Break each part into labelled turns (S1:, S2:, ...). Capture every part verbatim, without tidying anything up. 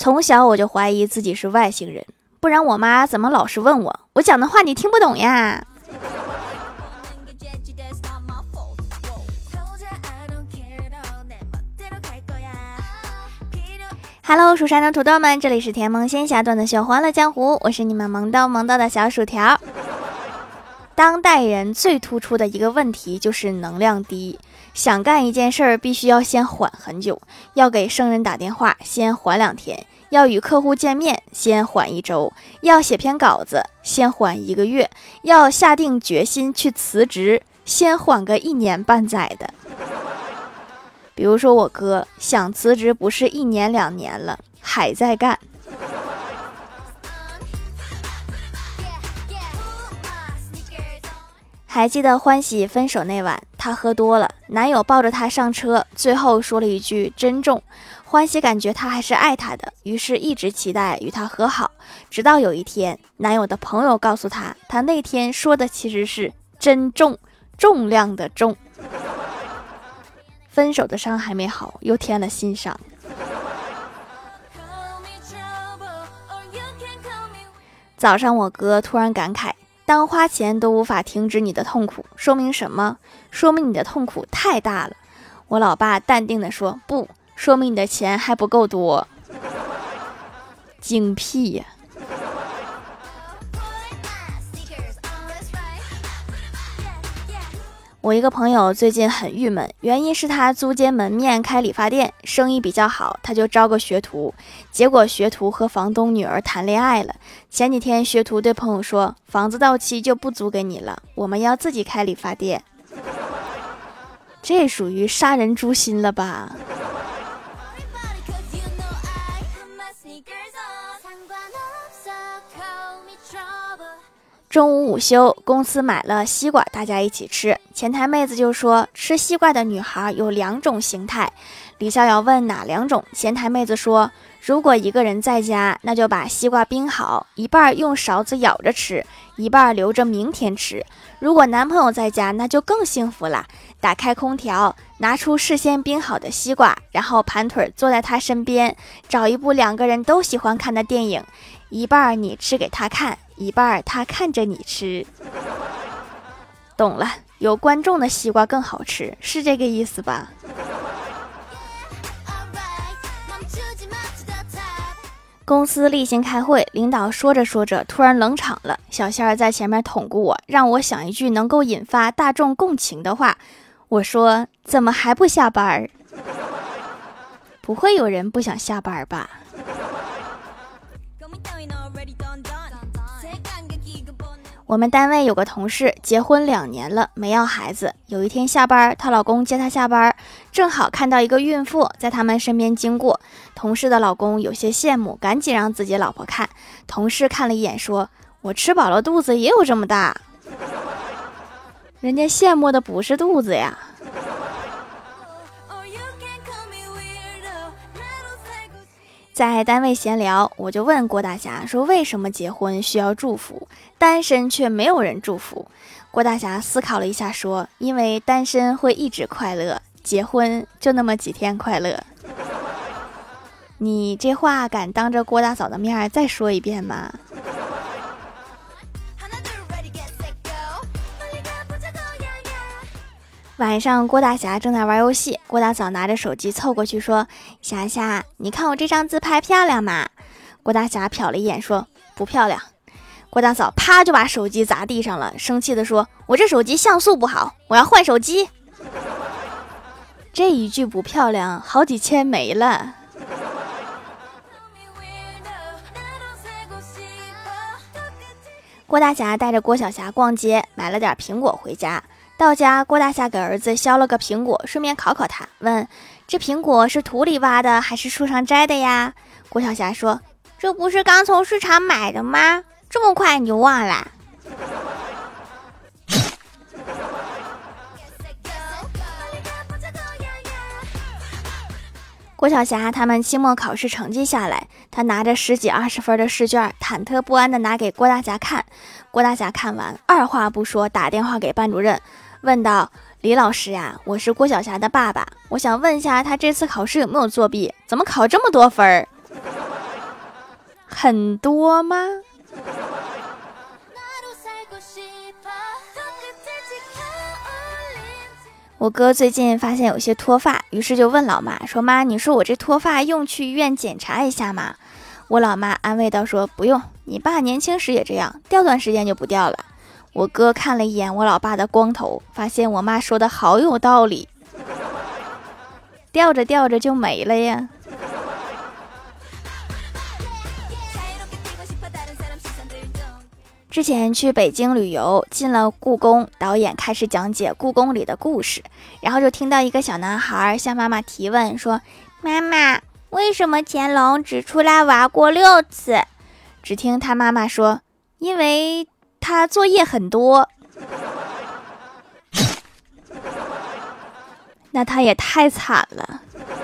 S1: 从小我就怀疑自己是外星人，不然我妈怎么老是问我，我讲的话你听不懂呀？ Hello， 蜀山的土豆们，这里是甜萌仙侠段的秀欢乐江湖，我是你们萌到萌到的小薯条。当代人最突出的一个问题就是能量低，想干一件事儿必须要先缓很久，要给生人打电话先缓两天，要与客户见面先缓一周，要写篇稿子先缓一个月，要下定决心去辞职先缓个一年半载的。比如说我哥想辞职不是一年两年了，还在干。还记得欢喜分手那晚，她喝多了，男友抱着她上车，最后说了一句珍重。欢喜感觉他还是爱她的，于是一直期待与他和好，直到有一天，男友的朋友告诉他，他那天说的其实是珍重，重量的重。分手的伤还没好，又添了新伤。早上我哥突然感慨，当花钱都无法停止你的痛苦，说明什么？说明你的痛苦太大了。我老爸淡定地说，不，说明你的钱还不够多。精辟呀！我一个朋友最近很郁闷，原因是他租间门面开理发店，生意比较好，他就招个学徒，结果学徒和房东女儿谈恋爱了。前几天学徒对朋友说，房子到期就不租给你了，我们要自己开理发店。这属于杀人诛心了吧？中午午休，公司买了西瓜，大家一起吃。前台妹子就说，吃西瓜的女孩有两种形态。李逍遥问哪两种？前台妹子说，如果一个人在家，那就把西瓜冰好，一半用勺子咬着吃，一半留着明天吃。如果男朋友在家，那就更幸福啦，打开空调，拿出事先冰好的西瓜，然后盘腿坐在他身边，找一部两个人都喜欢看的电影，一半你吃给他看，一半他看着你吃。懂了，有观众的西瓜更好吃，是这个意思吧？公司例行开会，领导说着说着突然冷场了，小仙儿在前面捅咕我，让我想一句能够引发大众共情的话。我说，怎么还不下班？不会有人不想下班吧？我们单位有个同事结婚两年了，没要孩子。有一天下班，她老公接她下班，正好看到一个孕妇在他们身边经过。同事的老公有些羡慕，赶紧让自己老婆看。同事看了一眼说，我吃饱了肚子也有这么大。人家羡慕的不是肚子呀。在单位闲聊，我就问郭大侠说，为什么结婚需要祝福，单身却没有人祝福？郭大侠思考了一下说，因为单身会一直快乐，结婚就那么几天快乐。你这话敢当着郭大嫂的面再说一遍吗？晚上郭大侠正在玩游戏，郭大嫂拿着手机凑过去说，霞霞，你看我这张自拍漂亮吗？郭大侠瞟了一眼说，不漂亮。郭大嫂啪就把手机砸地上了，生气地说，我这手机像素不好，我要换手机。这一句不漂亮，好几千没了。郭大侠带着郭小霞逛街，买了点苹果回家。到家，郭大侠给儿子削了个苹果，顺便考考他，问，这苹果是土里挖的还是树上摘的呀？郭小霞说，这不是刚从市场买的吗？这么快你就忘了？郭晓霞他们期末考试成绩下来，他拿着十几二十分的试卷，忐忑不安地拿给郭大侠看。郭大侠看完，二话不说打电话给班主任，问道：李老师呀，我是郭晓霞的爸爸，我想问一下他这次考试有没有作弊，怎么考这么多分儿？ 很多吗？我哥最近发现有些脱发，于是就问老妈说，妈，你说我这脱发用去医院检查一下吗？我老妈安慰道说，不用，你爸年轻时也这样，掉段时间就不掉了。我哥看了一眼我老爸的光头，发现我妈说的好有道理，掉着掉着就没了呀。之前去北京旅游，进了故宫，导演开始讲解故宫里的故事，然后就听到一个小男孩向妈妈提问说，妈妈，为什么乾隆只出来玩过六次？只听他妈妈说，因为他作业很多。那他也太惨了。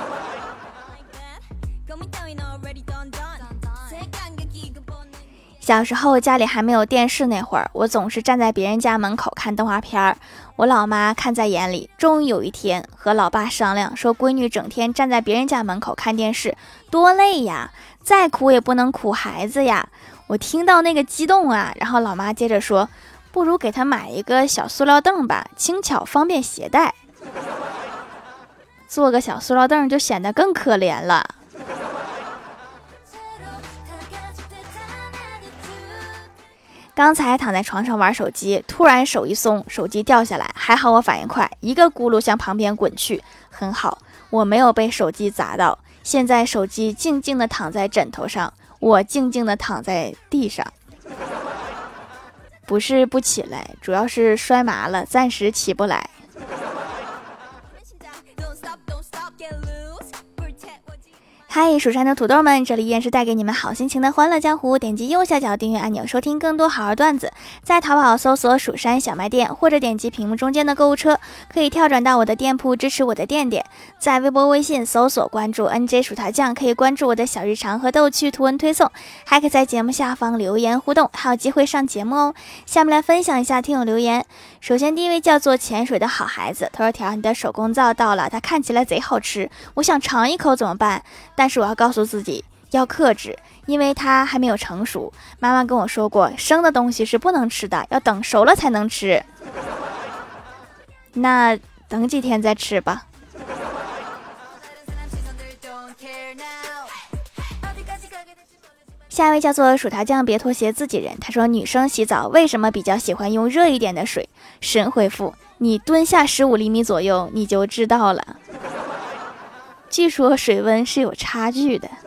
S1: 小时候家里还没有电视那会儿，我总是站在别人家门口看动画片儿，我老妈看在眼里，终于有一天和老爸商量说，闺女整天站在别人家门口看电视多累呀，再苦也不能苦孩子呀。我听到那个激动啊，然后老妈接着说，不如给他买一个小塑料凳吧，轻巧方便携带。做个小塑料凳就显得更可怜了。刚才躺在床上玩手机，突然手一松，手机掉下来，还好我反应快，一个轱辘向旁边滚去，很好，我没有被手机砸到。现在手机静静地躺在枕头上，我静静地躺在地上。不是不起来，主要是摔麻了，暂时起不来。嗨，蜀山的土豆们，这里依然是带给你们好心情的欢乐江湖。点击右下角订阅按钮，收听更多好玩段子。在淘宝搜索蜀山小卖店，或者点击屏幕中间的购物车，可以跳转到我的店铺，支持我的店店。在微博微信搜索关注 N J 薯条酱，可以关注我的小日常和逗趣图文推送，还可以在节目下方留言互动，还有机会上节目哦。下面来分享一下听友留言。首先第一位叫做潜水的好孩子，他说，条你的手工皂到了，它看起来贼好吃，我想尝一口怎么办？但是我要告诉自己要克制，因为它还没有成熟。妈妈跟我说过，生的东西是不能吃的，要等熟了才能吃。那等几天再吃吧。下一位叫做薯条酱别拖鞋自己人，他说，女生洗澡为什么比较喜欢用热一点的水？神回复，你蹲下十五厘米左右你就知道了。据说水温是有差距的。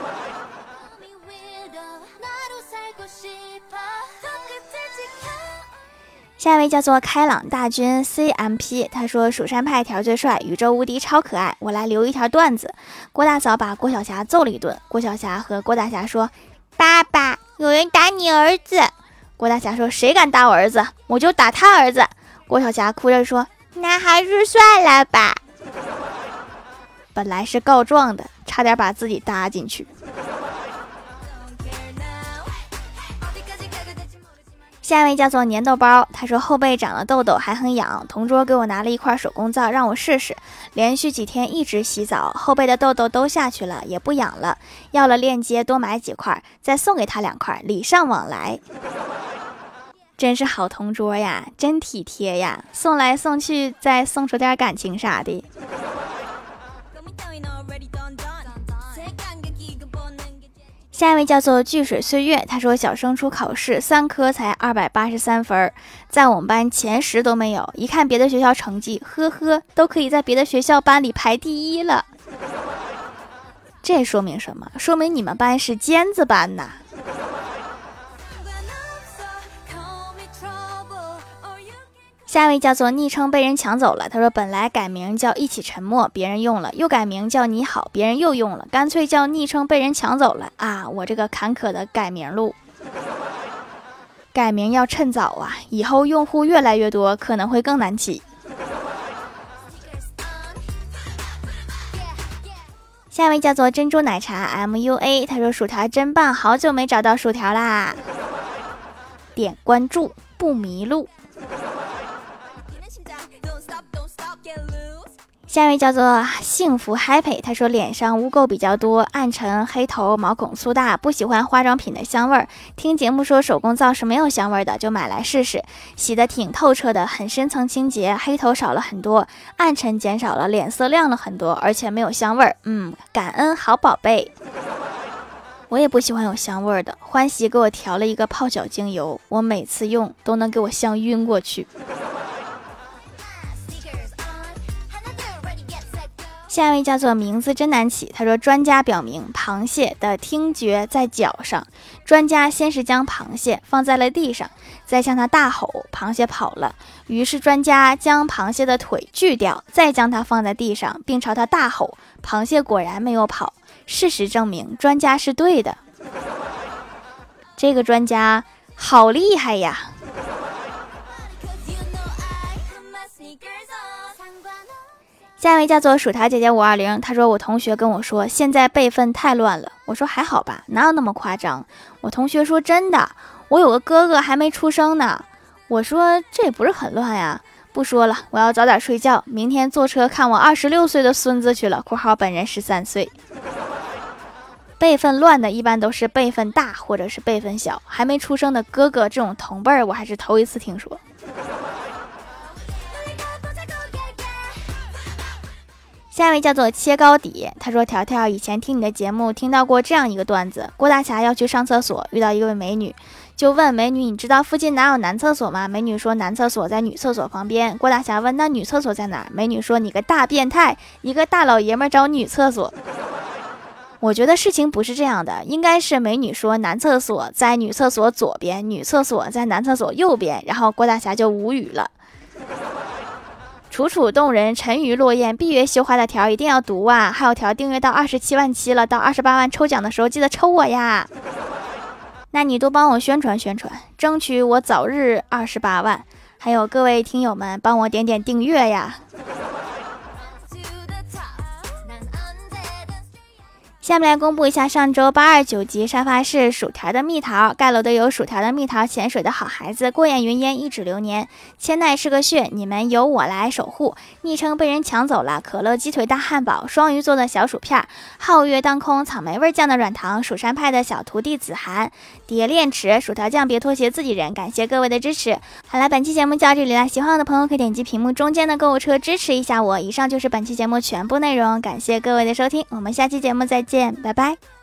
S1: 下一位叫做开朗大军 C M P， 他说，蜀山派条最帅，宇宙无敌超可爱。我来留一条段子。郭大嫂把郭晓霞揍了一顿，郭晓霞和郭大侠说，爸爸，有人打你儿子。郭大侠说，谁敢打我儿子，我就打他儿子。郭晓霞哭着说，那还是算了吧。本来是告状的，差点把自己搭进去。下一位叫做粘豆包，他说，后背长了痘痘还很痒，同桌给我拿了一块手工皂让我试试，连续几天一直洗澡，后背的痘痘都下去了，也不痒了。要了链接，多买几块，再送给他两块，礼尚往来。真是好同桌呀，真体贴呀，送来送去再送出点感情啥的。下一位叫做聚水岁月，他说，小升初考试三科才二百八十三分，在我们班前十都没有，一看别的学校成绩，呵呵，都可以在别的学校班里排第一了。这说明什么？说明你们班是尖子班呐。下一位叫做昵称被人抢走了，他说，本来改名叫一起沉默，别人用了，又改名叫你好，别人又用了，干脆叫昵称被人抢走了啊！我这个坎坷的改名路，改名要趁早啊，以后用户越来越多，可能会更难起。下一位叫做珍珠奶茶 M U A， 他说，薯条真棒，好久没找到薯条啦，点关注不迷路。 下一位叫做幸福 happy， 他说脸上污垢比较多，暗沉，黑头，毛孔粗大，不喜欢化妆品的香味儿。听节目说手工皂是没有香味的，就买来试试，洗得挺透彻的，很深层清洁，黑头少了很多，暗沉减少了，脸色亮了很多，而且没有香味儿。嗯，感恩好宝贝。我也不喜欢有香味儿的，欢喜给我调了一个泡脚精油，我每次用都能给我香晕过去。下一位叫做名字真难起，他说专家表明螃蟹的听觉在脚上，专家先是将螃蟹放在了地上，再向它大吼，螃蟹跑了，于是专家将螃蟹的腿锯掉，再将它放在地上并朝它大吼，螃蟹果然没有跑。事实证明专家是对的，这个专家好厉害呀。下一位叫做薯条姐姐五二零，她说我同学跟我说现在辈分太乱了，我说还好吧，哪有那么夸张。我同学说真的，我有个哥哥还没出生呢。我说这也不是很乱呀。不说了，我要早点睡觉，明天坐车看我二十六岁的孙子去了（括号本人十三岁）。辈分乱的一般都是辈分大或者是辈分小，还没出生的哥哥这种同辈儿我还是头一次听说。下一位叫做切糕底，他说条条以前听你的节目听到过这样一个段子，郭大侠要去上厕所，遇到一位美女，就问美女你知道附近哪有男厕所吗？美女说男厕所在女厕所旁边。郭大侠问那女厕所在哪？美女说你个大变态，一个大老爷们找女厕所。我觉得事情不是这样的，应该是美女说男厕所在女厕所左边，女厕所在男厕所右边，然后郭大侠就无语了。楚楚动人，沉鱼落雁，闭月羞花的条一定要读啊！还有条订阅到二十七万七了，到二十八万抽奖的时候记得抽我呀！那你多帮我宣传宣传，争取我早日二十八万。还有各位听友们，帮我点点订阅呀！下面来公布一下上周八二九集沙发是薯条的蜜桃，盖楼的有薯条的蜜桃，潜水的好孩子，过眼云烟，一指流年，千奈是个穴，你们由我来守护，昵称被人抢走了，可乐鸡腿大汉堡，双鱼座的小薯片，皓月当空，草莓味酱的软糖，蜀山派的小徒弟子涵，蝶恋池，薯条酱别拖鞋自己人，感谢各位的支持。好了，本期节目就到这里了，喜欢我的朋友可以点击屏幕中间的购物车支持一下我。以上就是本期节目全部内容，感谢各位的收听，我们下期节目再见，拜拜。